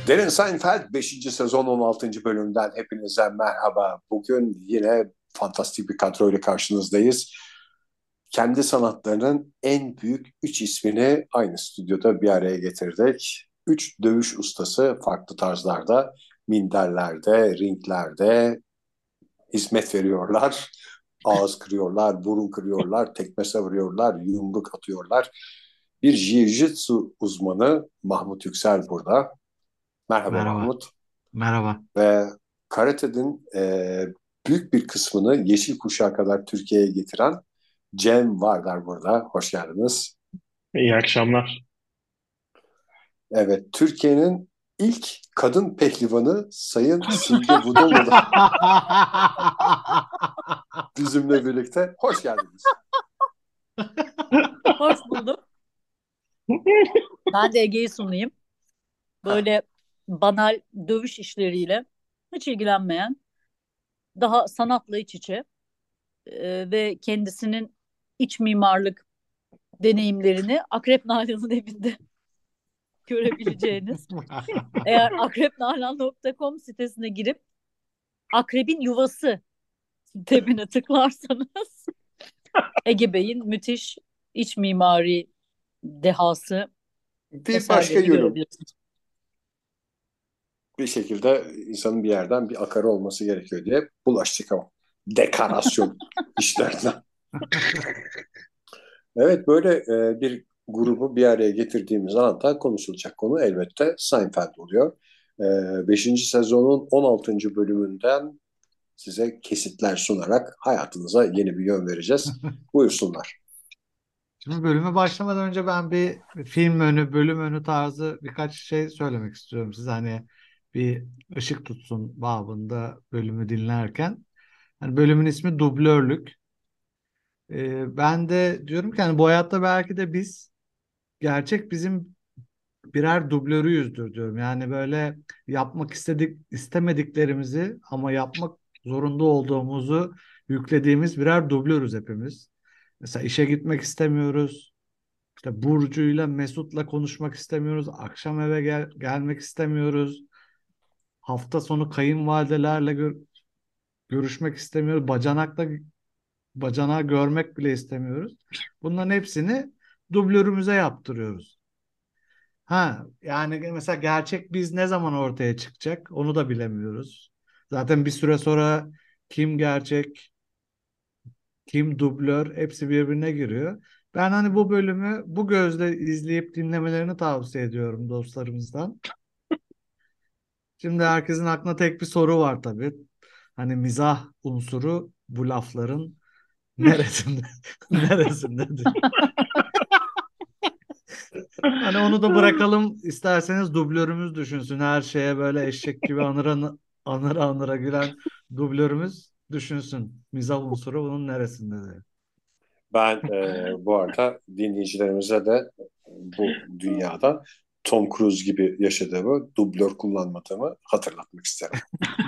Derin Seinfeld 5. sezon 16. bölümden hepinize merhaba. Bugün yine fantastik bir kadroyla karşınızdayız. Kendi sanatlarının en büyük 3 ismini aynı stüdyoda bir araya getirdik. 3 dövüş ustası farklı tarzlarda, minderlerde, ringlerde hizmet veriyorlar. Ağız kırıyorlar, burun kırıyorlar, tekme savuruyorlar, yumruk atıyorlar. Bir jiu-jitsu uzmanı Mahmut Yüksel burada. Merhaba Merhaba. Mahmut. Merhaba. Ve karate'nin büyük bir kısmını yeşil kuşağa kadar Türkiye'ye getiren Cem Vardar burada. Hoş geldiniz. İyi akşamlar. Evet, Türkiye'nin ilk kadın pehlivanı Sayın Simge Vudaloğlu bizimle birlikte. Hoş geldiniz. Hoş buldum. Ben de Ege'yi sunayım. Böyle banal dövüş işleriyle hiç ilgilenmeyen, daha sanatla iç içe ve kendisinin iç mimarlık deneyimlerini Akrep Nalan'ın evinde görebileceğiniz. Eğer akrepnalan.com sitesine girip Akrebin Yuvası tabine tıklarsanız Ege Bey'in müthiş iç mimari dehası Bir başka eserlerini yönüm. görebilirsiniz. Bir şekilde insanın bir yerden bir akarı olması gerekiyor diye bulaştık ama. Dekorasyon işlerine. Evet, böyle bir grubu bir araya getirdiğimiz anda konuşulacak konu elbette Seinfeld oluyor. 5. sezonun 16. bölümünden size kesitler sunarak hayatınıza yeni bir yön vereceğiz. Buyursunlar. Şimdi bölüme başlamadan önce ben bir film önü, bölüm önü tarzı birkaç şey söylemek istiyorum size. Hani bir ışık tutsun babında bölümü dinlerken. Hani bölümün ismi dublörlük. Ben de diyorum ki hani bu hayatta belki de biz gerçek bizim birer dublörüyüzdür diyorum. Yani böyle yapmak istemediklerimizi ama yapmak zorunda olduğumuzu yüklediğimiz birer dublörüz hepimiz. Mesela işe gitmek istemiyoruz. İşte Burcu'yla Mesut'la konuşmak istemiyoruz. Akşam eve gelmek istemiyoruz. Hafta sonu kayınvalidelerle görüşmek istemiyoruz. Bacanağı görmek bile istemiyoruz. Bunların hepsini dublörümüze yaptırıyoruz. Ha, yani mesela gerçek biz ne zaman ortaya çıkacak onu da bilemiyoruz. Zaten bir süre sonra kim gerçek, kim dublör hepsi birbirine giriyor. Ben hani bu bölümü bu gözle izleyip dinlemelerini tavsiye ediyorum dostlarımızdan. Şimdi herkesin aklına tek bir soru var tabii. Hani mizah unsuru bu lafların neresinde neresindedir? Hani onu da bırakalım isterseniz dublörümüz düşünsün. Her şeye böyle eşek gibi anıra gülen dublörümüz düşünsün. Mizah unsuru bunun neresindedir? Ben bu arada dinleyicilerimize de bu dünyada Tom Cruise gibi yaşadığımı, dublör kullanmadığımı hatırlatmak isterim.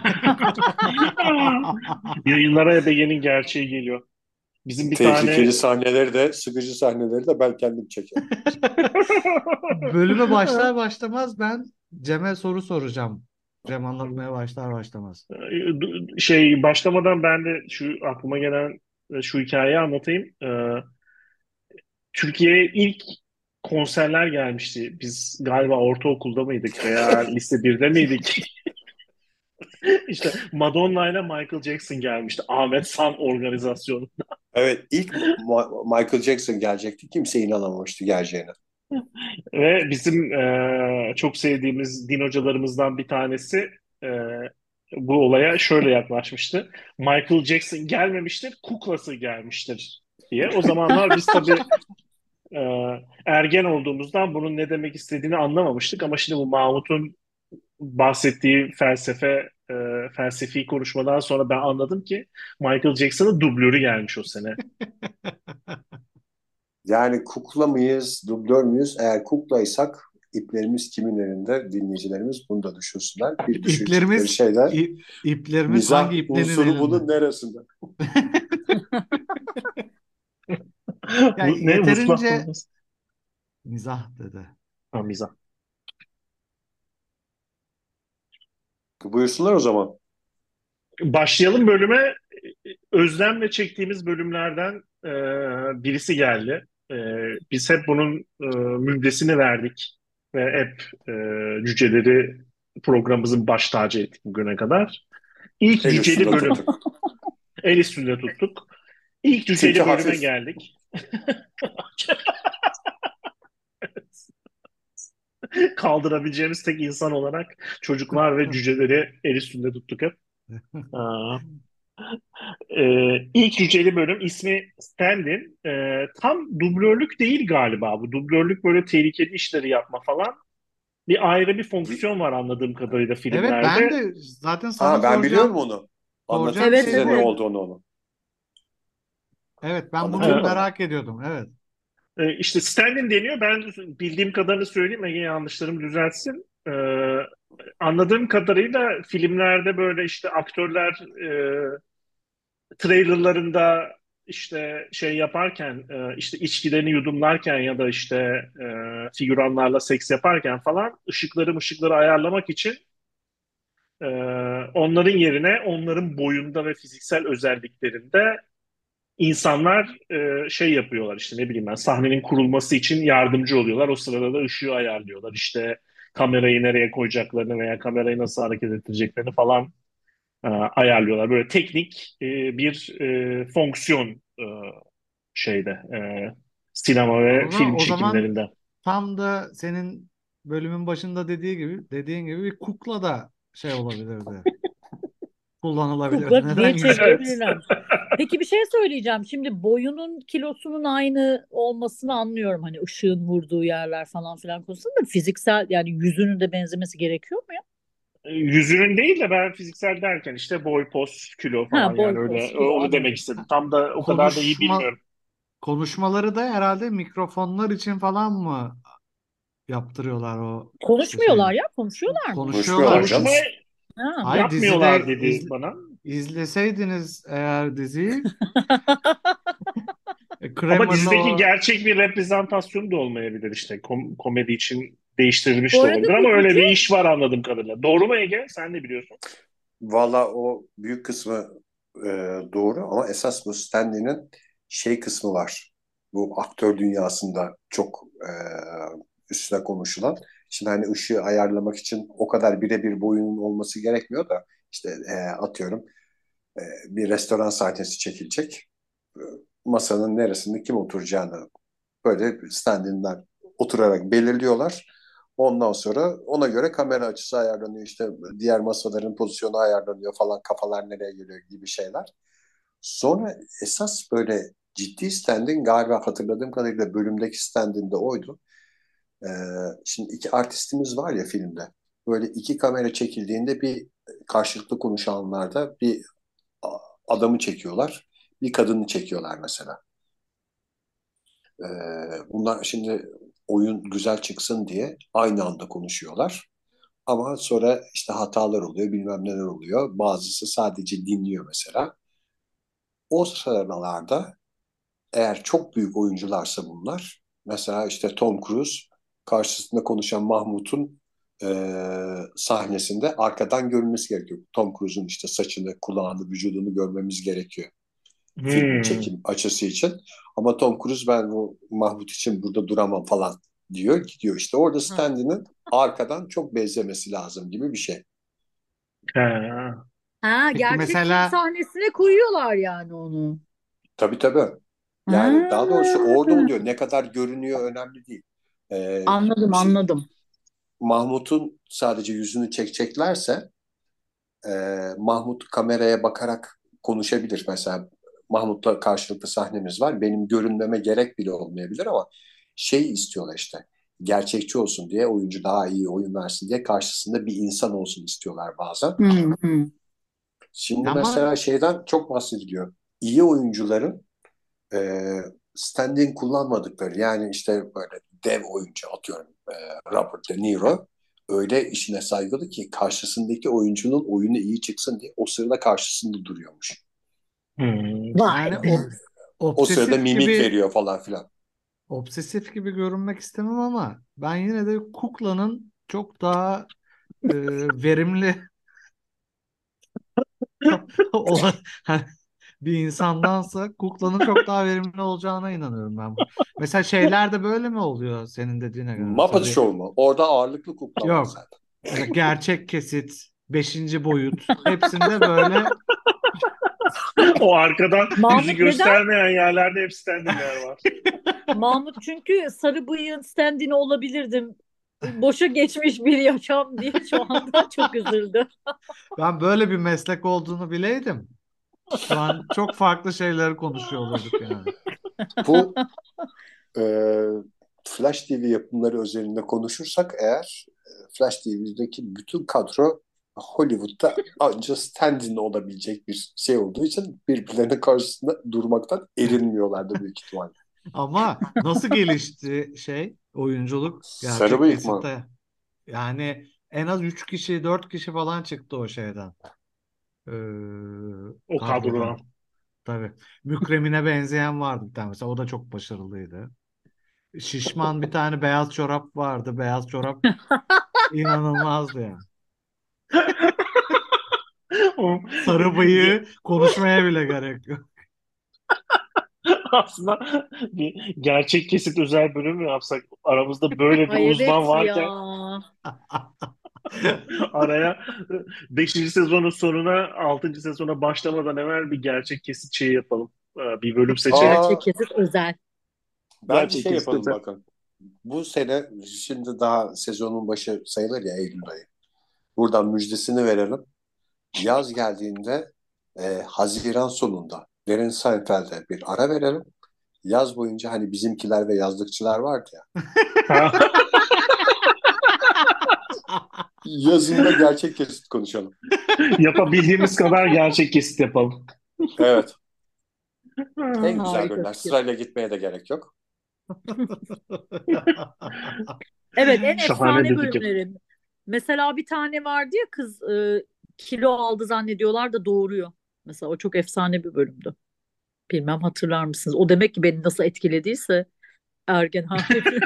Yayınlara Ebege'nin gerçeği geliyor. Bizim bir tane Tehlikeli sahneleri de, sıkıcı sahneleri de ben kendim çekerim. Bölüme başlar başlamaz ben Cem'e soru soracağım. Cem anlatmaya başlar başlamaz. başlamadan ben de şu aklıma gelen şu hikayeyi anlatayım. Türkiye'ye ilk konserler gelmişti. Biz galiba ortaokulda mıydık veya lise birde miydik? İşte Madonna ile Michael Jackson gelmişti. Ahmet San organizasyonu. Evet, ilk Michael Jackson gelecekti. Kimse inanamamıştı geleceğine. Ve bizim çok sevdiğimiz din hocalarımızdan bir tanesi e, bu olaya şöyle yaklaşmıştı. Michael Jackson gelmemiştir, kuklası gelmiştir diye. O zamanlar biz tabii e, ergen olduğumuzdan bunun ne demek istediğini anlamamıştık. Ama şimdi bu Mahmut'un bahsettiği felsefi konuşmadan sonra ben anladım ki Michael Jackson'ın dublörü gelmiş o sene. Yani kukla mıyız, dublör müyüz? Eğer kuklaysak iplerimiz kimin elinde? Dinleyicilerimiz bunu da düşünsünler. Bir düşünecekleri İplerimiz şey de iplerimiz mizah hangi iplerin unsuru elinde? bunun neresinde? Yani Ne? Vuslat yeterince mı? mizah dedi. Ha, mizah. Buyursunlar o zaman. Başlayalım bölüme. Özlemle çektiğimiz bölümlerden birisi geldi. Biz hep bunun müjdesini verdik ve hep cüceleri programımızın baş tacı ettik bugüne kadar. İlk El cüceli üstünde bölüm. tuttuk. El üstünde tuttuk. İlk Çünkü cüceli bölüme hafif. geldik. Kaldırabileceğimiz tek insan olarak çocuklar ve cüceleri el üstünde tuttuk hep. Aa. İlk cüceli bölüm ismi Stand-in. Tam dublörlük değil galiba bu. Dublörlük böyle tehlikeli işleri yapma falan. Bir ayrı bir fonksiyon var anladığım kadarıyla Evet, ben filmlerde. de zaten sana Ben biliyorum soracağım onu. Anlatayım soracağım Evet, şey size ne evet. buydu. olduğunu onu. Evet, ben bunu Anlatıyorum ama. merak ediyordum. Evet. İşte stand-in deniyor. Ben bildiğim kadarını söyleyeyim. Ege yanlışlarımı düzeltsin. Anladığım kadarıyla filmlerde böyle işte aktörler trailerlarında işte şey yaparken işte içkilerini yudumlarken ya da işte figüranlarla seks yaparken falan ışıkları ayarlamak için e, onların yerine onların boyunda ve fiziksel özelliklerinde insanlar şey yapıyorlar işte ne bileyim ben sahnenin kurulması için yardımcı oluyorlar. O sırada da ışığı ayarlıyorlar. İşte kamerayı nereye koyacaklarını veya kamerayı nasıl hareket ettireceklerini falan ayarlıyorlar. Böyle teknik bir fonksiyon şeyde sinema ve Valla film o zaman çekimlerinde. tam da senin bölümün başında dediğin gibi bir kukla da şey olabilirdi. Kullanılabilirdi. Kukla Neden diye yüz? Evet. çevirebilirlermiş. Peki bir şey söyleyeceğim. Şimdi boyunun kilosunun aynı olmasını anlıyorum. Hani ışığın vurduğu yerler falan filan konusunda da fiziksel yani yüzünün de benzemesi gerekiyor mu ya? Yüzünün değil de ben fiziksel derken işte boy, poz, kilo Ha, falan yani boy öyle poz kilo onu demek anladım. istedim. Tam da o kadar da iyi Konuşma bilmiyorum. konuşmaları da herhalde mikrofonlar için falan mı yaptırıyorlar o işte Konuşmuyorlar şeyde? ya, konuşuyorlar mı? Konuşmuyorlar Konuşuyorlar. canım. Konuşma Ha. Hayır, yapmıyorlar dedi bana. izleseydiniz eğer diziyi Ama Kramer'la dizideki o gerçek bir reprezentasyonu da olmayabilir işte. Komedi için değiştirilmiş Bu de arada olabilir ama bu öyle cüce bir iş var anladığım kadarıyla. Doğru mu Ege? Sen ne biliyorsun? Valla o büyük kısmı e, doğru ama esas bu Stanley'nin şey kısmı var. Bu aktör dünyasında çok üstüne konuşulan. Şimdi hani ışığı ayarlamak için o kadar birebir boyunun olması gerekmiyor da işte atıyorum e, bir restoran sahnesi çekilecek. E, Masanın neresinde kim oturacağını böyle stand-in'ler oturarak belirliyorlar. Ondan sonra ona göre kamera açısı ayarlanıyor. İşte diğer masaların pozisyonu ayarlanıyor falan. Kafalar nereye geliyor gibi şeyler. Sonra esas böyle ciddi standin galiba hatırladığım kadarıyla bölümdeki standin de oydu. Ee, Şimdi iki artistimiz var ya filmde. Böyle iki kamera çekildiğinde bir karşılıklı konuşanlarda bir adamı çekiyorlar. Bir kadını çekiyorlar mesela. Bunlar şimdi oyun güzel çıksın diye aynı anda konuşuyorlar. Ama sonra işte hatalar oluyor, bilmem neler oluyor. Bazısı sadece dinliyor mesela. O sıralarda eğer çok büyük oyuncularsa bunlar, mesela işte Tom Cruise karşısında konuşan Mahmut'un sahnesinde arkadan görünmesi gerekiyor. Tom Cruise'un işte saçını, kulağını, vücudunu görmemiz gerekiyor filmin Hmm. çekim açısı için. Ama Tom Cruise ben bu Mahmut için burada duramam falan diyor. Gidiyor işte orada ha, Stanley'nin arkadan çok benzemesi lazım gibi bir şey. Ha. Ha, peki gerçek film mesela sahnesine koyuyorlar yani onu. Tabii tabii. Yani daha Ha, doğrusu orada oluyor. Ne kadar görünüyor önemli değil. anladım İşte anladım. Mahmut'un sadece yüzünü çekeceklerse e, Mahmut kameraya bakarak konuşabilir. Mesela Mahmut'la karşılıklı sahnemiz var. Benim görünmeme gerek bile olmayabilir ama şey istiyorlar işte. Gerçekçi olsun diye, oyuncu daha iyi oyun versin diye karşısında bir insan olsun istiyorlar bazen. Hı hı. Şimdi ama mesela şeyden çok bahsediliyor. İyi oyuncuların e, stand-in kullanmadıkları, yani işte böyle dev oyuncu atıyorum Robert De Niro öyle işine saygılı ki karşısındaki oyuncunun oyunu iyi çıksın diye o sırada karşısında duruyormuş. Hmm. Vay yani be. O sırada obsesif mimik gibi veriyor falan filan. obsesif gibi görünmek istemem ama ben yine de kuklanın çok daha verimli Ola- hani bir insandansa kuklanın çok daha verimli olacağına inanıyorum ben. Mesela şeyler de böyle mi oluyor senin dediğine göre? Muppet Tabii Show mu? Orada ağırlıklı kukla var yok. zaten. Mesela gerçek kesit, beşinci boyut hepsinde böyle O arkadan yüzü Mahmut neden? göstermeyen yerlerde hep stand-in'ler var. Mahmut çünkü sarı bıyığın stand-in olabilirdim. Boşa geçmiş bir yaşam diye şu anda çok üzüldü. ben böyle bir meslek olduğunu bileydim. Şu an çok farklı şeyleri konuşuyor olurduk yani. Bu e, Flash TV yapımları özelinde konuşursak eğer Flash TV'deki bütün kadro Hollywood'da ancak stand-in olabilecek bir şey olduğu için birbirlerinin karşısında durmaktan erinmiyorlardı büyük ihtimalle. Ama nasıl gelişti oyunculuk Sarı gerçek bıyık mı? kesitte? Yani en az 3 kişi 4 kişi falan çıktı o şeyden. Ee, O kadrodan. kadrodan. Tabii. Mükremine benzeyen vardı bir tane mesela o da çok başarılıydı. Şişman bir tane beyaz çorap vardı. Beyaz çorap inanılmazdı yani. O- Sarı bıyığı konuşmaya bile gerek yok. Aslında bir gerçek kesit özel bölüm mü yapsak? Aramızda böyle bir Ay uzman evet varken ya. araya beşinci sezonun sonuna 6. sezona başlamadan evvel bir gerçek kesit şeyi yapalım. Bir bölüm seçelim. Aa, Gerçek kesit özel. bence Gerçek şey kesit yapalım özel. bakın. Bu sene şimdi daha sezonun başı sayılır ya Eylül ayı. Buradan müjdesini verelim. Yaz geldiğinde Haziran sonunda Derin Seinfeld'e bir ara verelim. Yaz boyunca hani bizimkiler ve yazlıkçılar vardı ya. Ha? Yazında gerçek kesit konuşalım. Yapabildiğimiz kadar gerçek kesit yapalım. Evet. En güzel Harika bölümler. fikir. Sırayla gitmeye de gerek yok. Evet, en Şahane efsane bir fikir. bölümleri. Mesela bir tane vardı ya kız kilo aldı zannediyorlar da doğuruyor. Mesela o çok efsane bir bölümdü. Bilmem hatırlar mısınız? O demek ki beni nasıl etkilediyse ergen halim.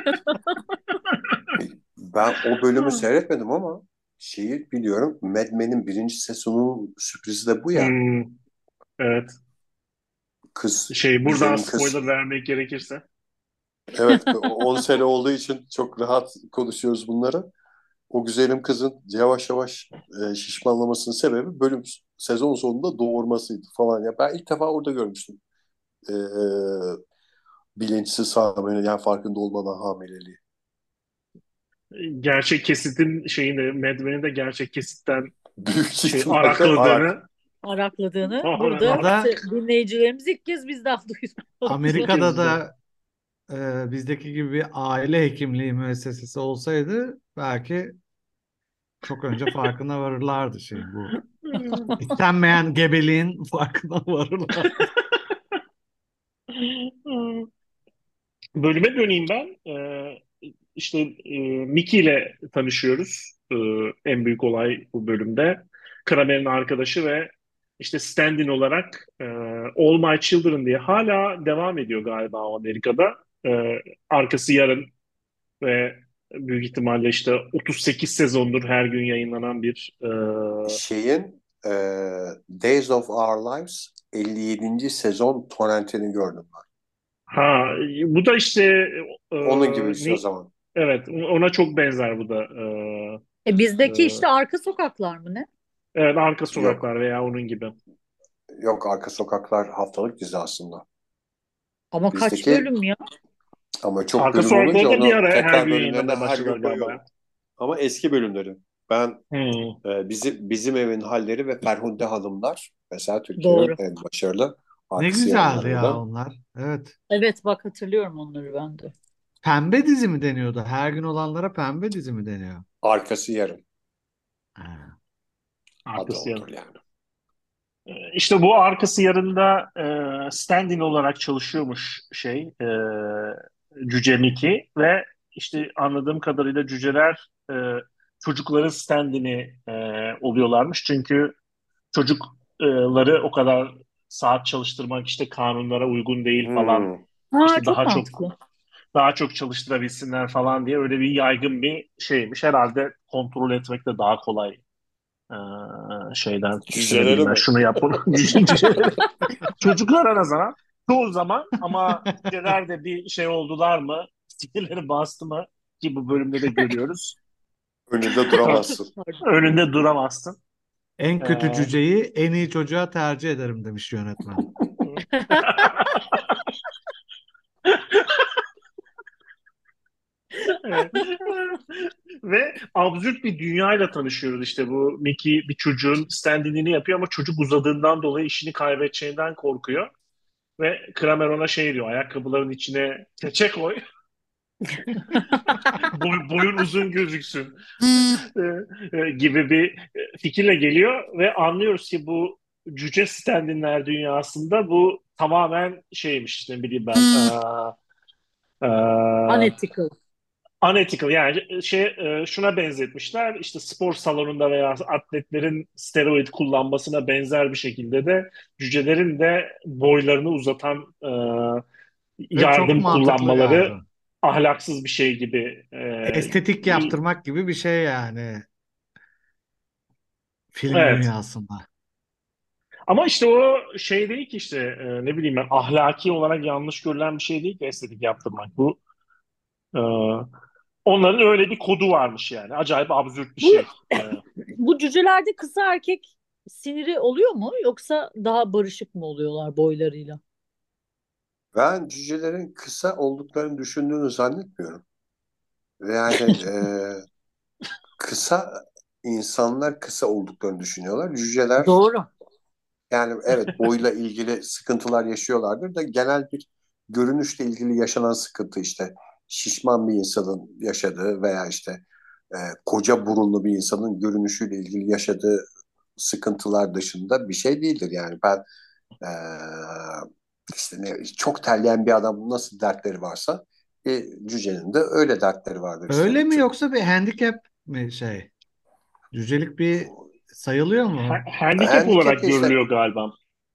Ben o bölümü seyretmedim ama şeyi biliyorum. Mad Men'in birinci sezonunun sürprizi de bu ya. Hmm, evet. Kız, Buradan güzelim kız. spoiler vermek gerekirse. Evet, 10 sene olduğu için çok rahat konuşuyoruz bunları. O güzelim kızın yavaş yavaş şişmanlamasının sebebi sezon sonunda doğurmasıydı falan. Ya ben ilk defa orada görmüştüm. E, bilinçsiz hamile, yani farkında olmadan hamileliği. Gerçek kesitin şeyini, Mad Men'i de gerçek kesitten Büyük ihtimalle Arak. arakladığını Arakladığını Ya burada da dinleyicilerimiz ilk kez bizden ilk duydu. Amerika'da kez de. da bizdeki gibi bir aile hekimliği müessesesi olsaydı belki çok önce farkına varırlardı bu. İstenmeyen gebeliğin farkına varırlar. Bölüme döneyim ben. İşte Mickey ile tanışıyoruz. En büyük olay bu bölümde. Kramer'in arkadaşı ve işte stand-in olarak All My Children diye hala devam ediyor galiba o Amerika'da. Arkası yarın ve büyük ihtimalle işte 38 sezondur her gün yayınlanan bir Şeyin Days of Our Lives 57. sezon torrentini gördüm ben. ha bu da işte e, Onun gibi bir şey o ne zaman. evet ona çok benzer bu da. Bizdeki E, işte arka sokaklar mı ne? evet, Arka Yok. Sokaklar veya onun gibi. Yok, Arka Sokaklar haftalık dizi aslında. Ama kaç Bizdeki bölüm ya? ama çok Arka bölüm olunca Sokakları da bir onu ara her tekrar gün bölümlerine yayınlamaya her başladılar gün galiba. koyuyorlar. Ama eski bölümleri. Ben Hmm. bizim evin halleri ve Ferhunde Hanımlar mesela Türkiye'nin Doğru. en başarılı Ne arkası güzeldi ya yarınlarından. onlar. Evet. Evet bak hatırlıyorum onları ben de. Pembe dizi mi deniyordu? Her gün olanlara pembe dizi mi deniyor? Arkası yarın. Ha. Adı Arkası odur yarın. yani. İşte bu arkası yarında stand-in olarak çalışıyormuş Cüce Mickey ve işte anladığım kadarıyla cüceler çocukların stand-in'i oluyorlarmış. Çünkü çocukları o kadar saat çalıştırmak işte kanunlara uygun değil falan. Hmm. Ha İşte çok mantıklı. daha çok çalıştırabilsinler falan diye öyle bir yaygın bir şeymiş. Herhalde kontrol etmek de daha kolay Şeyden işte ne Cücelere bileyim ben mi? şunu yap bunu. Cücelere. Çocuklara nazaran çoğu zaman ama cüceler de bir şey oldular mı? Fikirleri bastı mı? Ki bu bölümde de görüyoruz. Önünde duramazsın. Önünde duramazsın. En kötü Ee, cüceyi en iyi çocuğa tercih ederim demiş yönetmen. Evet. Ve absürt bir dünyayla tanışıyoruz işte bu Mickey bir çocuğun stand-in'ini yapıyor ama çocuk uzadığından dolayı işini kaybedeceğinden korkuyor. Ve Kramer ona şey diyor ayakkabıların içine keçe koy boyun uzun gözüksün gibi bir fikirle geliyor ve anlıyoruz ki bu cüce stand-inler dünyasında bu tamamen şeymiş ne bileyim ben Unethical. unethical yani şuna benzetmişler işte spor salonunda veya atletlerin steroid kullanmasına benzer bir şekilde de cücelerin de boylarını uzatan Ve çok yardım mantıklı geldi. kullanmaları ahlaksız bir şey gibi. Estetik yaptırmak gibi bir şey yani film Evet. dünyasında. Ama işte o şey değil ki işte ne bileyim ben ahlaki olarak yanlış görülen bir şey değil ki estetik yaptırmak. Bu e, onların öyle bir kodu varmış yani. Acayip absürt bir Bu şey. bu cücelerde kısa erkek siniri oluyor mu yoksa daha barışık mı oluyorlar boylarıyla? Ben cücelerin kısa olduklarını düşündüğünü zannetmiyorum. Yani kısa insanlar kısa olduklarını düşünüyorlar. Cüceler Doğru. yani evet boyla ilgili sıkıntılar yaşıyorlardır da genel bir görünüşle ilgili yaşanan sıkıntı işte şişman bir insanın yaşadığı veya işte koca burunlu bir insanın görünüşüyle ilgili yaşadığı sıkıntılar dışında bir şey değildir. Yani ben e, işte çok terleyen bir adam nasıl dertleri varsa cücenin de öyle dertleri vardır işte. Öyle mi yoksa bir handicap mi şey? Cücelik bir sayılıyor mu? Handicap Handicap olarak işte görülüyor galiba.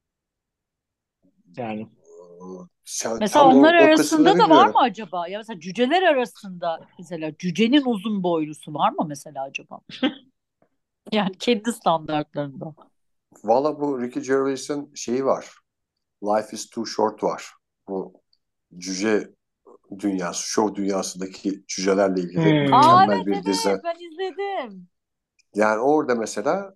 Yani Mesela tam onlar o kısmını arasında da var mı bilmiyorum. acaba? Ya mesela cüceler arasında mesela cücenin uzun boylusu var mı mesela acaba? Yani kendi standartlarında. Valla bu Ricky Gervais'in şeyi var. Life is Too Short var. Bu cüce dünyası, şov dünyasındaki cücelerle ilgili hmm. Aa, mükemmel evet bir dizi. evet, ben izledim. Yani orada mesela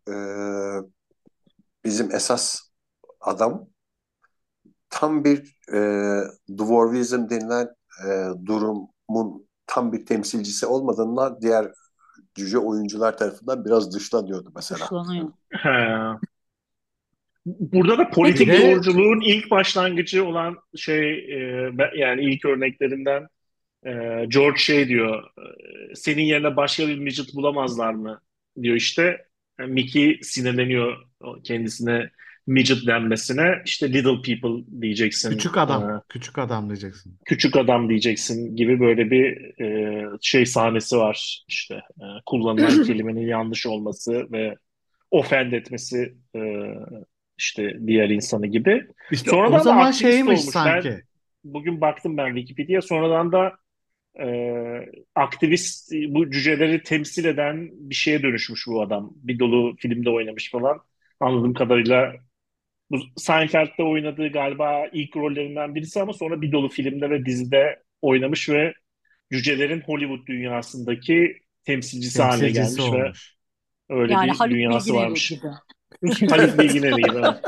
bizim esas adam tam bir dwarvism denilen durumun tam bir temsilcisi olmadığından diğer cüce oyuncular tarafından biraz dışlanıyordu mesela. Dışlanıyor. He. Burada da Bir politik Peki de doğruculuğun ilk başlangıcı olan şey yani ilk örneklerinden George şey diyor senin yerine başka bir midget bulamazlar mı diyor işte. Mickey sinirleniyor kendisine midget denmesine işte little people diyeceksin küçük adam, küçük adam diyeceksin. küçük adam diyeceksin gibi böyle bir şey sahnesi var işte kullanılan kelimenin yanlış olması ve ofend etmesi işte diğer insanı gibi. İşte o Sonradan da zaman aktivist şeymiş olmuş. sanki. Bugün baktım ben Wikipedia. Sonradan da aktivist bu cüceleri temsil eden bir şeye dönüşmüş bu adam. Bir dolu filmde oynamış falan. Anladığım kadarıyla bu Seinfeld'de oynadığı galiba ilk rollerinden birisi ama sonra bir dolu filmde ve dizide oynamış ve cücelerin Hollywood dünyasındaki temsilcisi haline Temsilcisi gelmiş ve olmuş. öyle yani bir Haluk dünyası Bilginer varmış. gibi. Haluk Bilginer gibi. Evet.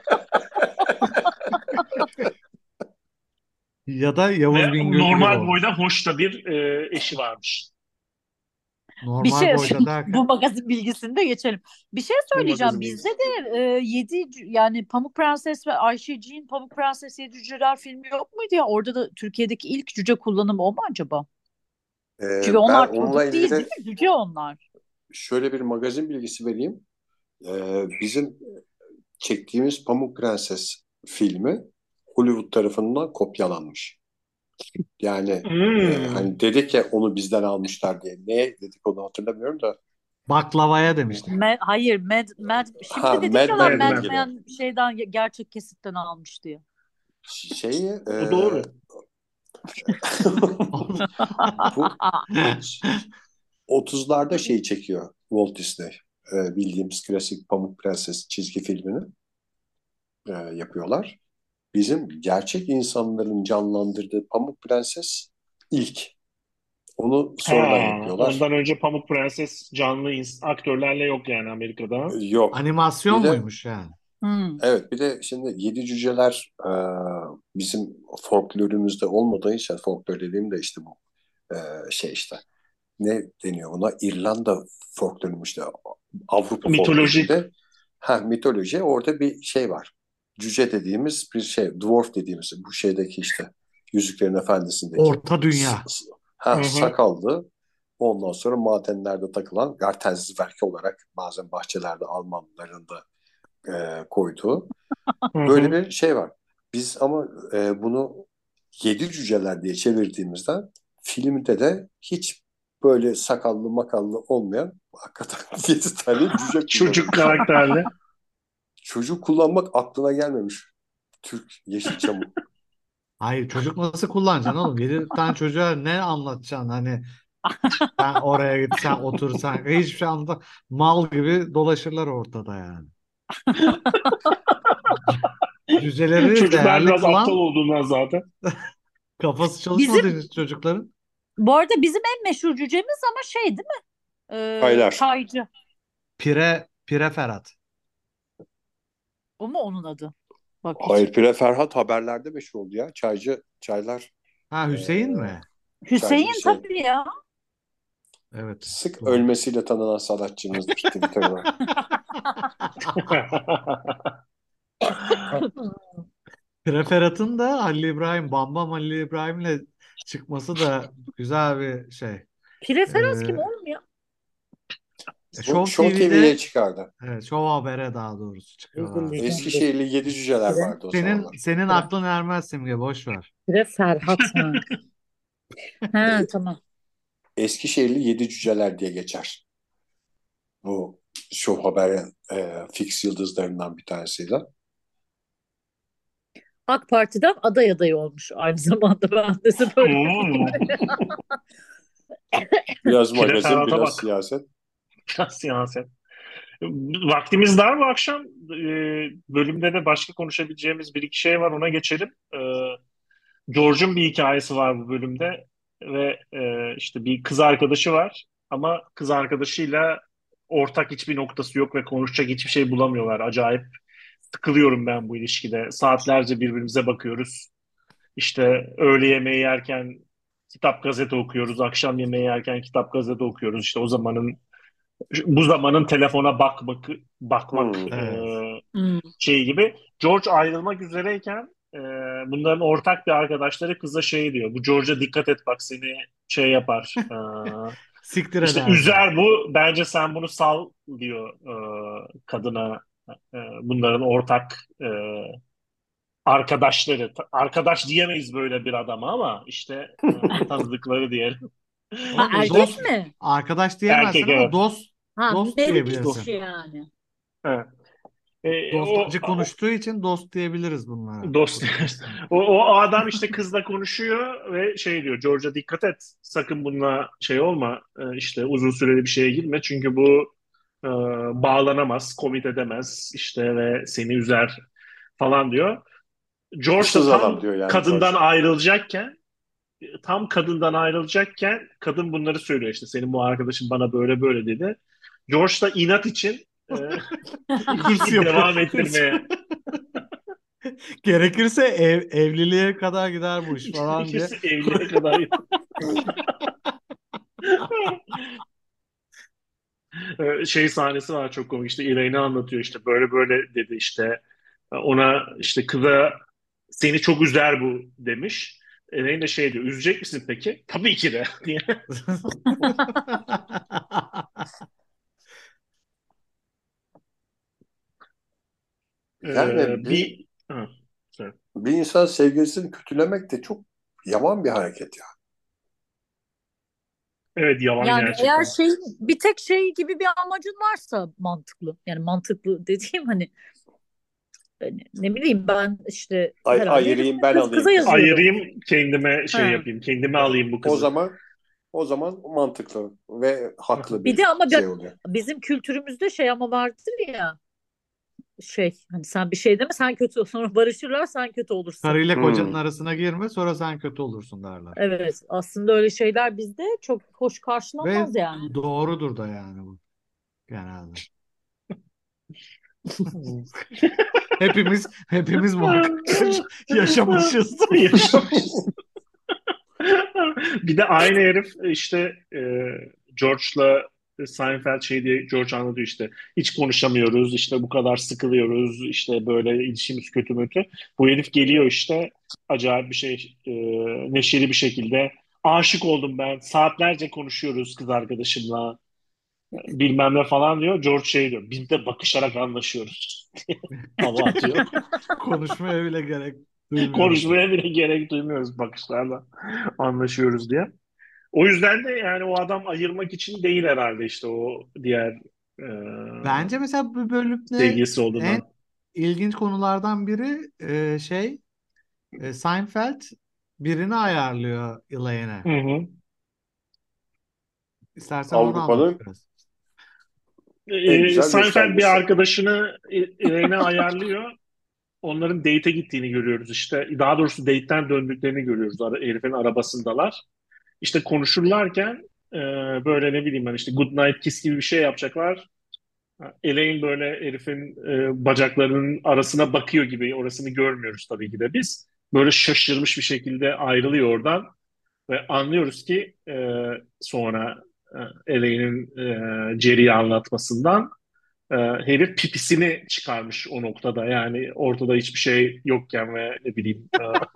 Ya da Ve Yavuz Bingöl gibi normal boyda olmuş. hoş da bir eşi varmış. Bir Normal şey boyda bu derken magazin bilgisini de geçelim. Bir şey Bu söyleyeceğim. magazin Bizde bilgisi. de yani Pamuk Prenses ve Ayşeciğin Pamuk Prenses Yedi Cüceler filmi yok muydu ya? Orada da Türkiye'deki ilk cüce kullanımı o mu acaba? Çünkü Ben onlar onunla çocuk değil ilgili değil mi? Cüce onlar. şöyle bir magazin bilgisi vereyim. Bizim çektiğimiz Pamuk Prenses filmi Hollywood tarafından kopyalanmış. Yani Hmm. hani dedik ya onu bizden almışlar diye. Ne dedik onu hatırlamıyorum da. baklavaya demiştik. Hayır, Ha şimdi dedik ya Mad lan Mad Men'le Mad Men. ilgili. Men şeyden gerçek kesitten almış diye. Şeyi O doğru. bu 30'larda şey çekiyor Walt Disney. bildiğimiz klasik Pamuk Prenses çizgi filmini yapıyorlar. Bizim gerçek insanların canlandırdığı Pamuk Prenses ilk. Onu sonradan yapıyorlar. Ondan önce Pamuk Prenses canlı aktörlerle yok yani Amerika'da. Yok. Animasyon Bir de muymuş yani? evet, bir de şimdi Yedi Cüceler bizim folklorumuzda olmadığı için, folklor dediğim de işte bu işte ne deniyor buna? İrlanda folkloruymuş işte, Avrupa Mitoloji. folklorunda mitoloji, orada bir şey var. Cüce dediğimiz bir şey, dwarf dediğimiz bu şeydeki işte Yüzüklerin Efendisi'ndeki Orta Dünya. sakallı, ondan sonra madenlerde takılan Gartenzwerk olarak bazen bahçelerde Almanların da koyduğu böyle bir şey var. Biz ama bunu Yedi Cüceler diye çevirdiğimizden filmde de hiç böyle sakallı makallı olmayan hakikaten 7 tane cüce Çocuk kullanılmış. karakterli. Çocuk kullanmak aklına gelmemiş. Türk Yeşilçam'ın. Hayır, çocuk nasıl kullanacaksın oğlum? 7 tane çocuğa ne anlatacaksın? Hani sen oraya git, sen otur, sen hiçbir şey anlat. Mal gibi dolaşırlar ortada yani. Cüceleri Çocuklar değerli biraz aptal kılan olduğundan zaten. kafası çalışmadığı Bizim için çocukların. bu arada bizim en meşhur cücemiz ama şey değil mi? Aylar. Çaycı. Pire Ferhat. O mu onun adı? Bak hiç. Hayır, Pire Ferhat haberlerde meşhur oldu ya. Çaylar. Ha, e, Hüseyin mi? Çaycı Hüseyin Hüseyin. tabii ya. Evet. Sık Doğru. ölmesiyle tanınan sanatçımızdır Twitter'da. Pire Ferhat'ın da Halil İbrahim, Bambam Halil İbrahim'le çıkması da güzel bir şey. Pire Ferhat kim Ee, oğlum ya? Bu Show Show TV'ye TV'de, çıkardı. evet, Show Haber'e daha doğrusu çıkıyorlardı. Eskişehirli Yedi Cüceler Pire. vardı o zamanlar. Senin aklın ermez Simge, boş ver. Pire Ferhat mı? He tamam. Eskişehirli Yedi Cüceler diye geçer. Bu Show Haber'in fix yıldızlarından bir tanesiyle. AK Parti'den aday adayı olmuş aynı zamanda. Ben de böyle. Biraz Pire magazin, Ferhat'a biraz bak. siyaset. Siyaset. Vaktimiz dar mı akşam? Bölümde de başka konuşabileceğimiz bir iki şey var, ona geçelim. George'un bir hikayesi var bu bölümde ve işte bir kız arkadaşı var ama kız arkadaşıyla ortak hiçbir noktası yok ve konuşacak hiçbir şey bulamıyorlar. Acayip sıkılıyorum ben bu ilişkide. Saatlerce birbirimize bakıyoruz. İşte öğle yemeği yerken kitap gazete okuyoruz, akşam yemeği yerken kitap gazete okuyoruz. İşte bu zamanın telefona bakmak Hmm. Evet. şey gibi. George ayrılmak üzereyken bunların ortak bir arkadaşları kıza şey diyor. Bu George'a dikkat et, bak seni şey yapar. Siktir İşte eder diyor. üzer bu. Bence sen bunu sal diyor kadına. Bunların ortak arkadaşları. Arkadaş diyemeyiz böyle bir adama ama işte tanıdıkları diyelim. Ha Oğlum erkek dost, mi? arkadaş Erkek, diyemezsin ama evet. Ha dost Meriç diyebilirsin. yani. Evet. Dostacı konuştuğu için dost diyebiliriz bunlara. Dost. Bu dostlar. O adam işte kızla konuşuyor ve şey diyor. George'a dikkat et. Sakın bununla şey olma. İşte uzun süreli bir şeye girme. Çünkü bu e, bağlanamaz, commit edemez işte ve seni üzer falan diyor. George da Issız adam tam diyor yani George. kadından ayrılacakken kadın bunları söylüyor, işte senin bu arkadaşın bana böyle böyle dedi. George da inat için Hırs ilişkiyi yapıyor. devam ettirmeye Gerekirse evliliğe kadar gider bu iş falan diye. ikisi evliliğe kadar. Şey sahnesi var çok komik, işte Elaine anlatıyor, işte böyle böyle dedi, işte ona işte kıza seni çok üzer bu demiş. Elaine de şey diyor, üzecek misin peki? Tabii ki de diye. Yani Bir ha, söyle. bir insan sevgilisini kötülemek de çok yaman bir hareket ya. Evet, yalan Yani eğer gerçekten. bir tek şey gibi bir amacın varsa mantıklı. Yani mantıklı dediğim hani ne bileyim ben işte herhalde Ayırayım, ben kıza alayım kızı. yazıyordur. Ayırayım kendime şey Ha. yapayım, kendime O, alayım bu o kızı. zaman o zaman mantıklı ve haklı Bir de bir ama şey oluyor. bizim kültürümüzde şey ama vardır ya, şey hani sen bir şey deme, sen kötü ol. Sonra barışırlar, sen kötü olursun. Karıyla kocanın Hmm. arasına girme, sonra sen kötü olursun derler. Evet, aslında öyle şeyler bizde çok hoş Ve karşılanmaz yani. doğrudur da yani bu genelde. Hepimiz muhakkak yaşamışız. Yaşamışız. Bir de aynı herif işte George'la Seinfeld şey diye George anlatıyor işte hiç konuşamıyoruz işte bu kadar sıkılıyoruz işte böyle ilişkimiz kötü mütü. Bu herif geliyor işte acayip bir şey neşeli bir şekilde aşık oldum ben saatlerce konuşuyoruz kız arkadaşımla bilmem ne falan diyor. George şey diyor biz de bakışarak anlaşıyoruz. Hava atıyor. Konuşmaya bile gerek duymuyoruz. Konuşmaya bile gerek duymuyoruz bakışlarla anlaşıyoruz diye. O yüzden de yani o adam ayırmak için değil herhalde işte o diğer e, Bence mesela bu bölümde sevgilisi en olduğundan. ilginç konulardan biri Seinfeld birini ayarlıyor Hı Elaine'e. hı. İstersen onu anlat Avrupa'nın biraz. en güzel Seinfeld bir göstergesi. arkadaşını Elaine ayarlıyor. Onların date'e gittiğini görüyoruz işte. Daha doğrusu date'ten döndüklerini görüyoruz. Herifin arabasındalar. İşte konuşurlarken böyle ne bileyim ben işte good night kiss gibi bir şey yapacaklar. Elaine böyle herifin bacaklarının arasına bakıyor gibi. Orasını görmüyoruz tabii ki de biz. Böyle şaşırmış bir şekilde ayrılıyor oradan. Ve anlıyoruz ki sonra Elaine'in Jerry'yi anlatmasından herif pipisini çıkarmış o noktada. Yani ortada hiçbir şey yokken ve ne bileyim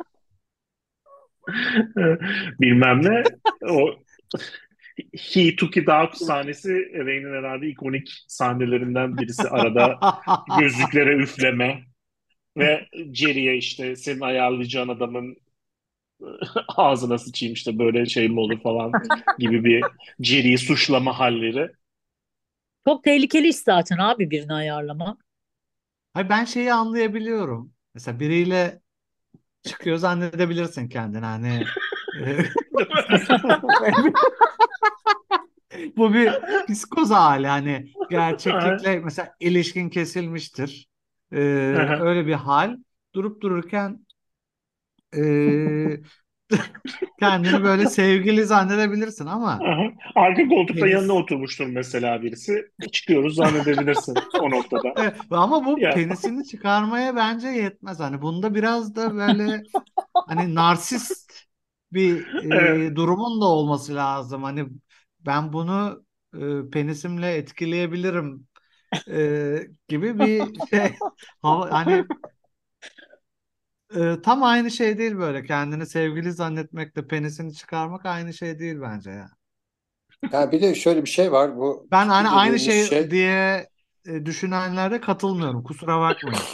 bilmem ne. O He Took It Out sahnesi Elaine'in herhalde ikonik sahnelerinden birisi. Arada gözlüklere üfleme ve Jerry'e işte senin ayarlayacağın adamın ağzına sıçayım işte böyle şey mi olur falan gibi bir Jerry'yi suçlama halleri. Çok tehlikeli iş zaten abi, birini ayarlama. Hayır, ben şeyi anlayabiliyorum. Mesela biriyle çıkıyor zannedebilirsin kendini hani Değil mi? bu bir psikoz hali hani gerçeklikle mesela ilişkin kesilmiştir. Ee, Aha, öyle bir hal durup dururken ee, kendini böyle sevgili zannedebilirsin ama aha. Arka koltukta yanına penis. oturmuştur mesela birisi. Çıkıyoruz zannedebilirsin o noktada. Evet, ama bu Ya, penisini çıkarmaya bence yetmez. Hani bunda biraz da böyle hani narsist bir evet. durumun da olması lazım. Hani ben bunu penisimle etkileyebilirim gibi bir şey. Hani tam aynı şey değil böyle. Kendini sevgili zannetmekle penisini çıkarmak aynı şey değil bence ya. Ya bir de şöyle bir şey var. Bu Ben hani pipi aynı dediğimiz şey şey diye düşünenlere katılmıyorum. Kusura bakmayın.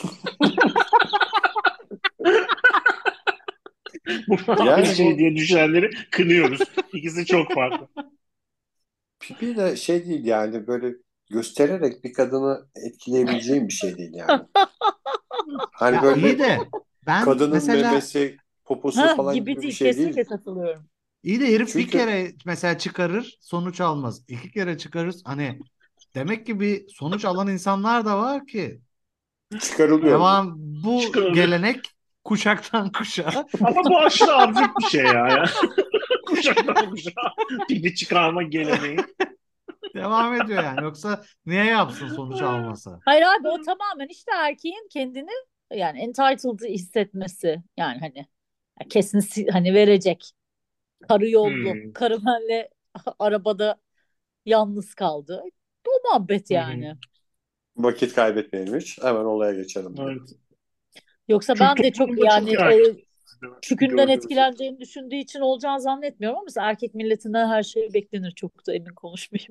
Bu aynı yani şey bu diye düşünenleri kınıyoruz. İkisi çok farklı. pipi de şey değil yani böyle göstererek bir kadını etkileyebileceğim bir şey değil yani. Hani Ya iyi böyle de ben kadının mesela memesi, poposu Ha, falan gibi gibi bir değil, şey değil. kesinlikle katılıyorum. iyi de herif bir Çünkü kere mesela çıkarır sonuç almaz. İki kere çıkarır hani demek ki bir sonuç alan insanlar da var ki. çıkarılıyor mu? Devam bu Çıkarılıyor. gelenek kuşaktan kuşağa Ama bu aşırı absürt bir şey ya. Kuşaktan kuşağa pipi çıkarma geleneği. devam ediyor yani. Yoksa niye yapsın sonuç almasa? Hayır abi, o tamamen işte erkeğin kendini yani entitled hissetmesi. Yani hani kesin hani verecek. Karı yollu. Hmm. Karı benle arabada yalnız kaldı. Bu muhabbet Hı hı. yani. Vakit kaybetmeyelim hiç. Hemen olaya geçelim diyor. Evet. Yoksa Türk ben de çok toplumunda çok yani yaygın çükünden gördüğümüz şey. etkileneceğini düşündüğü için olacağını zannetmiyorum, ama erkek milletinden her şey beklenir. Çok da emin konuşmayayım.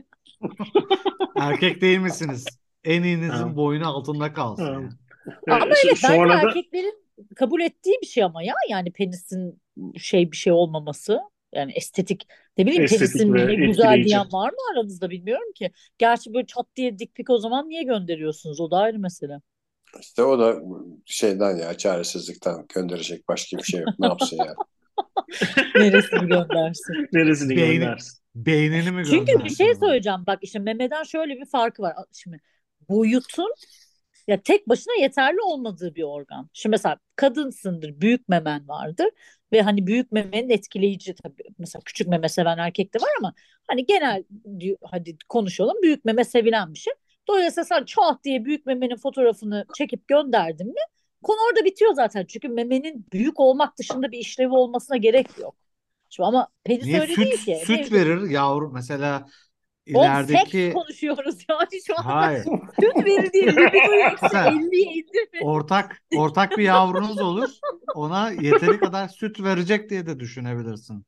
Erkek değil misiniz? En iyinizin Ha. boynu altında kalsın Ha. ya. Ama evet, bence Sonra da erkeklerin kabul ettiği bir şey ama ya, yani penisin şey bir şey olmaması, yani estetik, ne bileyim, estetik penisin ne ve güzel etkileyici. diyen var mı aranızda, bilmiyorum ki. Gerçi böyle çat diye dik pik o zaman niye gönderiyorsunuz, o da ayrı mesele. İşte o da şeyden ya çaresizlikten gönderecek başka bir şey yok. Ne yapsın ya? Neresini göndersin? Neresini Beyni, göndersin? beynini mi Çünkü bir göndersin şey ona? söyleyeceğim. Bak işte memeden şöyle bir farkı var. Şimdi boyutun ya tek başına yeterli olmadığı bir organ. Şimdi mesela kadınsındır, büyük memen vardır ve hani büyük memenin etkileyici tabii. Mesela küçük meme seven erkek de var ama hani genel hadi konuşalım büyük meme sevilen bir şey. Dolayısıyla sen çat diye büyük memenin fotoğrafını çekip gönderdin mi konu orada bitiyor zaten. Çünkü memenin büyük olmak dışında bir işlevi olmasına gerek yok. Şimdi ama penis Niye öyle değil ki. Ne süt verir yavru mesela Oğlum seks ilerideki konuşuyoruz yani şu anda. hayır. Süt verir diye libidoyu eksi Mesela 50'ye indirme. ortak bir yavrunuz olur. Ona yeteri kadar süt verecek diye de düşünebilirsin.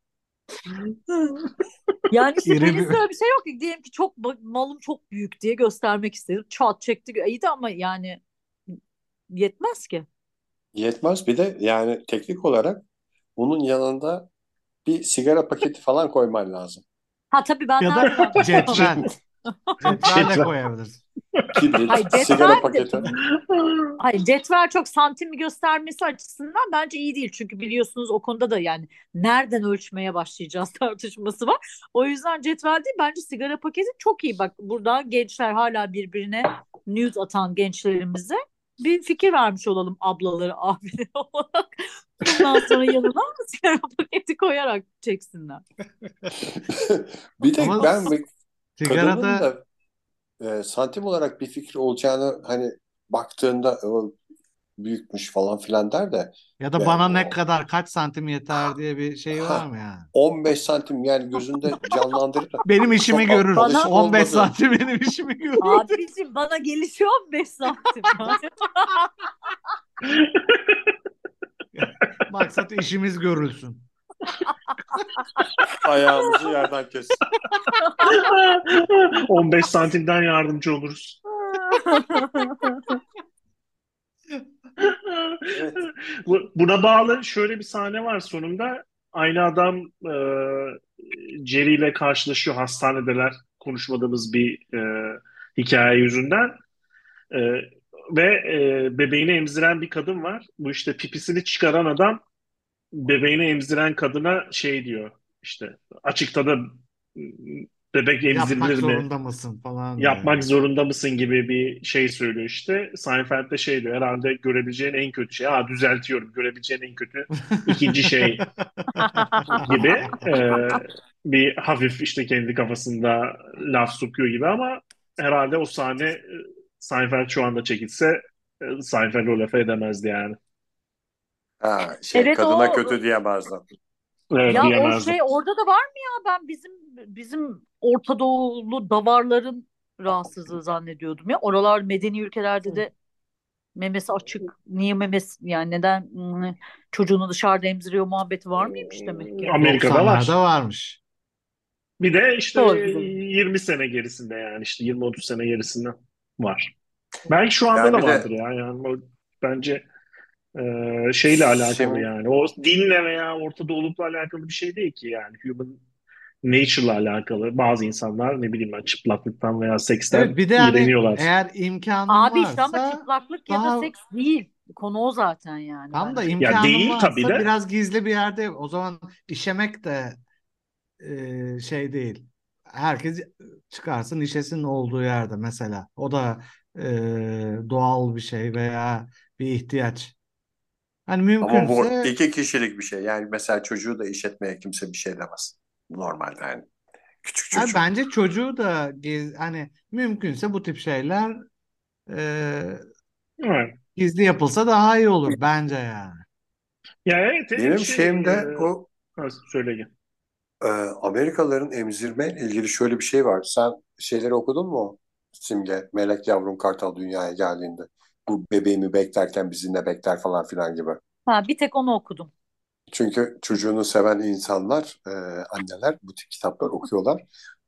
Yani işte İri bir peniste öyle bir şey yok ki. Diyelim ki çok malım çok büyük diye göstermek istedim. Çat çekti. İyi de ama yani yetmez ki. Yetmez. Bir de yani teknik olarak bunun yanında bir sigara paketi falan koyman lazım. Ha tabii ben ya da nereden anladım? cetvel. Cetvelle Cetvel. koyabilirsin. Kibrit, Hayır sigara cetvel de paketi. hayır cetvel çok santimi göstermesi açısından bence iyi değil. Çünkü biliyorsunuz o konuda da yani nereden ölçmeye başlayacağız tartışması var. O yüzden cetvel değil bence sigara paketi çok iyi. Bak buradan gençler hala birbirine nude atan gençlerimize bir fikir vermiş olalım ablaları, abileri olarak. Bundan sonra yanına sigara paketi koyarak çeksinler. Bir de Ama ben kadının sigarada da santim olarak bir fikri olacağını hani baktığında o büyükmüş falan filan der de ya da yani bana ne kadar kaç santim yeter diye bir şey var ha, mı yani? 15 santim yani gözünde canlandırır da Benim işimi çok görür. Bana alışık 15 olmadığı santim benim işimi görür. abicim bana gelişi 15 santim yani. Maksat işimiz görülsün. ayağımızı yerden kes. 15 santimden yardımcı oluruz. Evet. Buna bağlı şöyle bir sahne var sonunda. Aynı adam Jerry ile karşılaşıyor. Hastanedeler. Konuşmadığımız bir hikaye yüzünden. E, ve bebeğini emziren bir kadın var. Bu işte pipisini çıkaran adam bebeğini emziren kadına şey diyor. İşte açıkta da bebek Yapmak emzirilir mi? zorunda mısın falan diyor Yapmak yani. zorunda mısın gibi bir şey söylüyor işte. Seinfeld de şey diyor herhalde görebileceğin en kötü şey. Düzeltiyorum görebileceğin en kötü ikinci şey gibi bir hafif işte kendi kafasında laf sokuyor gibi ama herhalde o sahne Seinfeld şu anda çekilse Seinfeld o lafı edemezdi yani. Ha, Evet kadına o kötü diyemezdim. Evet ya o diyemezdim. şey orada da var mı ya ben bizim Orta Doğulu davarların rahatsızlığı zannediyordum ya. Oralar medeni ülkelerde de memesi açık. Niye memesi yani neden çocuğunu dışarıda emziriyor muhabbeti var mıymış demek ki. Amerika'da 90'larda var. varmış. Bir de işte Doğru. 20 sene gerisinde yani işte 20-30 sene gerisinde var. Belki şu anda Yani da bir vardır de ya. Yani o bence şeyle alakalı sim yani. O dinle veya Orta Doğulukla alakalı bir şey değil ki yani. Human nature'la alakalı. Bazı insanlar ne bileyim ben çıplaklıktan veya seksten Evet bir de hani iğreniyorlar. eğer imkanım Abi işte ama varsa çıplaklık ya da daha seks değil. Konu o zaten yani tam da bence. Ya imkanım değil tabii varsa de biraz gizli bir yerde o zaman işemek de şey değil. Herkes çıkarsın işesin olduğu yerde mesela. O da doğal bir şey veya bir ihtiyaç. Hani ama bu mümkünse iki kişilik bir şey. Yani mesela çocuğu da işletmeye kimse bir şey demez. Normalde yani. Küçük abi çocuk. bence çocuğu da hani mümkünse bu tip şeyler e, evet. gizli yapılsa daha iyi olur bence yani. Ya evet hele bir Benim şey şeyimde bu söyle gel. Amerikalıların emzirme ile ilgili şöyle bir şey var. Sen şeyleri okudun mu? Simge, Melek Yavrum Kartal dünyaya geldiğinde. Bu bebeğimi beklerken bizi ne bekler falan filan gibi. Ha, bir tek onu okudum. Çünkü çocuğunu seven insanlar, anneler bu tip kitaplar okuyorlar.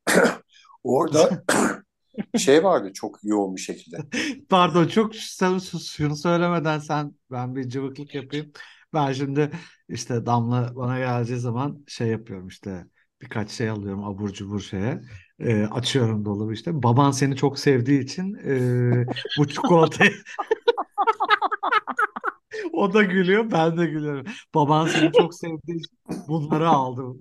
Orada şey vardı çok yoğun bir şekilde. Pardon çok şunu söylemeden ben bir cıvıklık yapayım. Ben şimdi işte Damla bana geleceği zaman şey yapıyorum işte birkaç şey alıyorum abur cubur şeye. Açıyorum dolabı işte. Baban seni çok sevdiği için bu çikolatayı o da gülüyor ben de gülüyorum. Baban seni çok sevdiği için Bunları aldım.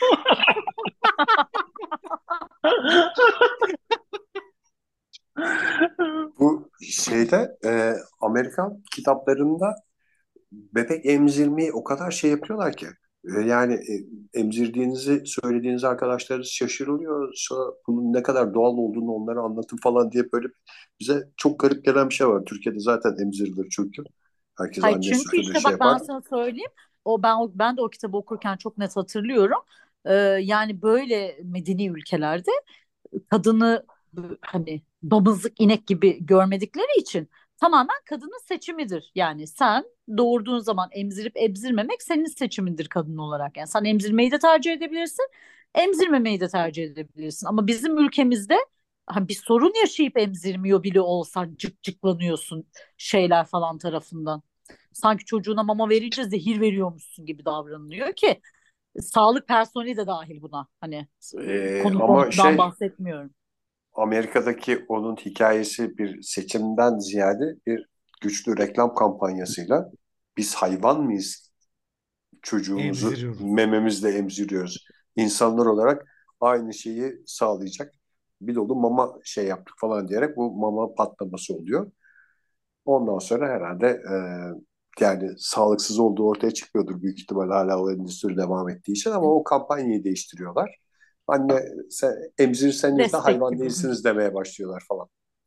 Bu şeyde Amerikan kitaplarında bebek emzirmeyi o kadar şey yapıyorlar ki. Yani emzirdiğinizi söylediğiniz arkadaşlarınız şaşırılıyor. Sonra bunun ne kadar doğal olduğunu onlara anlatın falan diye böyle bize çok garip gelen bir şey var. Türkiye'de zaten emzirilir çünkü. Herkes Hayır, anne çünkü sütüyle işte şey bak ben yapar. sana söyleyeyim. Ben de o kitabı okurken çok net hatırlıyorum. Yani böyle medeni ülkelerde kadını hani damızlık inek gibi görmedikleri için tamamen kadının seçimidir. Yani sen doğurduğun zaman emzirip emzirmemek senin seçimindir kadın olarak. Yani sen emzirmeyi de tercih edebilirsin, emzirmemeyi de tercih edebilirsin. Ama bizim ülkemizde bir sorun yaşayıp emzirmiyor bile olsan cık cıklanıyorsun şeyler falan tarafından. Sanki çocuğuna mama verince zehir veriyormuşsun gibi davranılıyor ki sağlık personeli de dahil buna. Hani konu Ama konudan şey bahsetmiyorum. Amerika'daki onun hikayesi bir seçimden ziyade bir güçlü reklam kampanyasıyla biz hayvan mıyız, çocuğumuzu Emziriyoruz. mememizle emziriyoruz. İnsanlar olarak aynı şeyi sağlayacak bir dolu mama şey yaptık falan diyerek bu mama patlaması oluyor. Ondan sonra herhalde yani sağlıksız olduğu ortaya çıkıyordur büyük ihtimal hala o endüstri devam ettiği için ama o kampanyayı değiştiriyorlar. Anne sen emzirirseniz de Destek hayvan gibi. değilsiniz demeye başlıyorlar falan.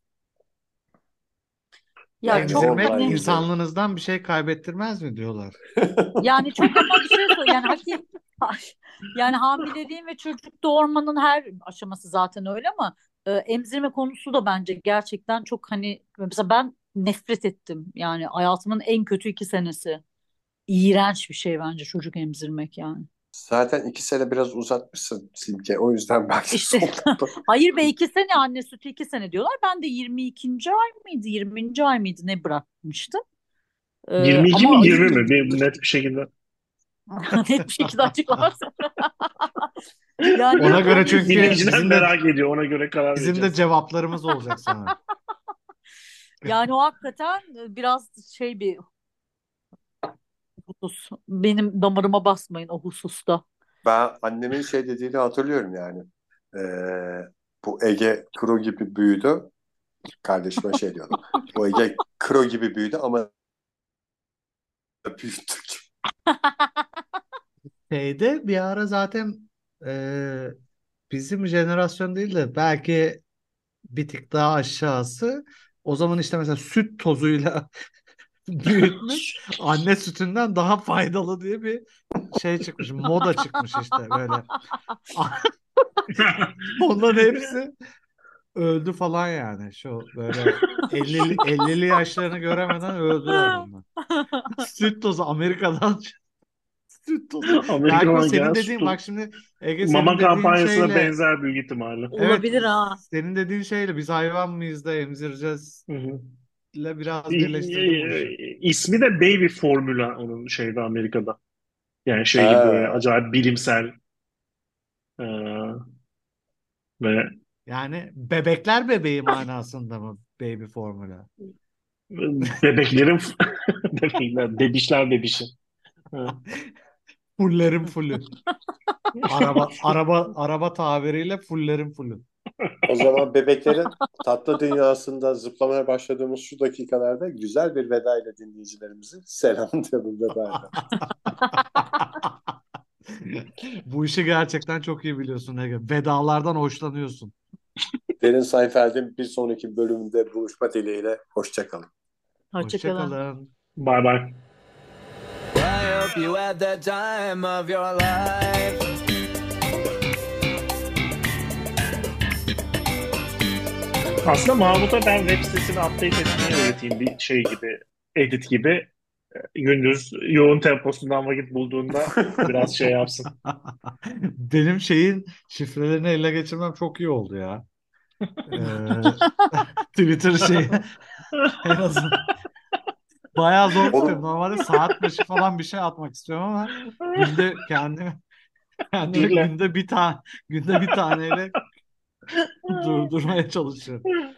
Ya Yani çok Emzirmek hani online insanlığınızdan bir şey kaybettirmez mi diyorlar. yani çok ama bir şey söyle yani yani hamileliğin ve çocuk doğurmanın her aşaması zaten öyle ama emzirme konusu da bence gerçekten çok hani mesela ben nefret ettim. Yani hayatımın en kötü 2 senesi. İğrenç bir şey bence çocuk emzirmek yani. Zaten 2 sene biraz uzatmışsın Simge. O yüzden belki İşte soldu. hayır be 2 sene anne sütü 2 sene diyorlar. Ben de 22. ay mıydı 20. ay mıydı ne bırakmıştım. 22 mi Ama 20 mi? Bir net bir şekilde. net bir şekilde açıklarsa. Yani Ona göre hani çünkü Dinleyiciler merak ediyor. Ona göre karar bizim de vereceğiz. cevaplarımız olacak sana. yani o hakikaten biraz şey bir husus. Benim damarıma basmayın o hususta. Ben annemin şey dediğini hatırlıyorum yani. Bu Ege Kro gibi büyüdü. Kardeşime şey diyordu. Bu Ege Kro gibi büyüdü ama büyüttük. Şeyde bir ara zaten e, bizim jenerasyon değil de belki bir tık daha aşağısı o zaman işte mesela süt tozuyla büyütmek anne sütünden daha faydalı diye bir şey çıkmış. Moda çıkmış işte böyle. Onların hepsi öldü falan yani. Şu böyle 50'li yaşlarını göremeden öldüler onlar. Süt tozu Amerika'dan süt tozu. Belki o Amerika'dan senin gelen dediğin sütü bak şimdi Ege senin mama dediğin kampanyasına şeyle benzer büyük ihtimalle. evet Olabilir ha. senin dediğin şeyle biz hayvan mıyız da emzireceğiz Hı hı. ile biraz birleştirdim bu işi. İsmi de Baby Formula onun şeyde Amerika'da. Yani şey gibi böyle Ha, acayip bilimsel e, ve Yani bebekler bebeği manasında mı baby formula? bebeklerin bebişler bebişi. Ha. Fullerin fulü. Araba tabiriyle fullerin fulü. o zaman bebeklerin tatlı dünyasında zıplamaya başladığımız şu dakikalarda güzel bir veda ile dinleyicilerimizi selamlayalım veda edelim. Bu işi gerçekten çok iyi biliyorsun Ege. Vedalardan hoşlanıyorsun. Derin Seinfeld'in bir sonraki bölümünde buluşma dileğiyle hoşçakalın. Hoşçakalın. Hoşçakalın. Bye bye. I hope you had the time of your life. Aslında Mahmut'a ben web sitesini update etmeyi öğreteyim bir şey gibi, edit gibi. Gündüz yoğun temposundan vakit bulduğunda biraz şey yapsın. Benim şeyin şifrelerini ele geçirmem çok iyi oldu ya. Ee, Twitter şeyi en azından bayağı zor tutuyorum. Onu Normalde saat başı falan bir şey atmak istiyorum ama günde kendime Birle. günde bir taneyle durdurmaya çalışıyorum.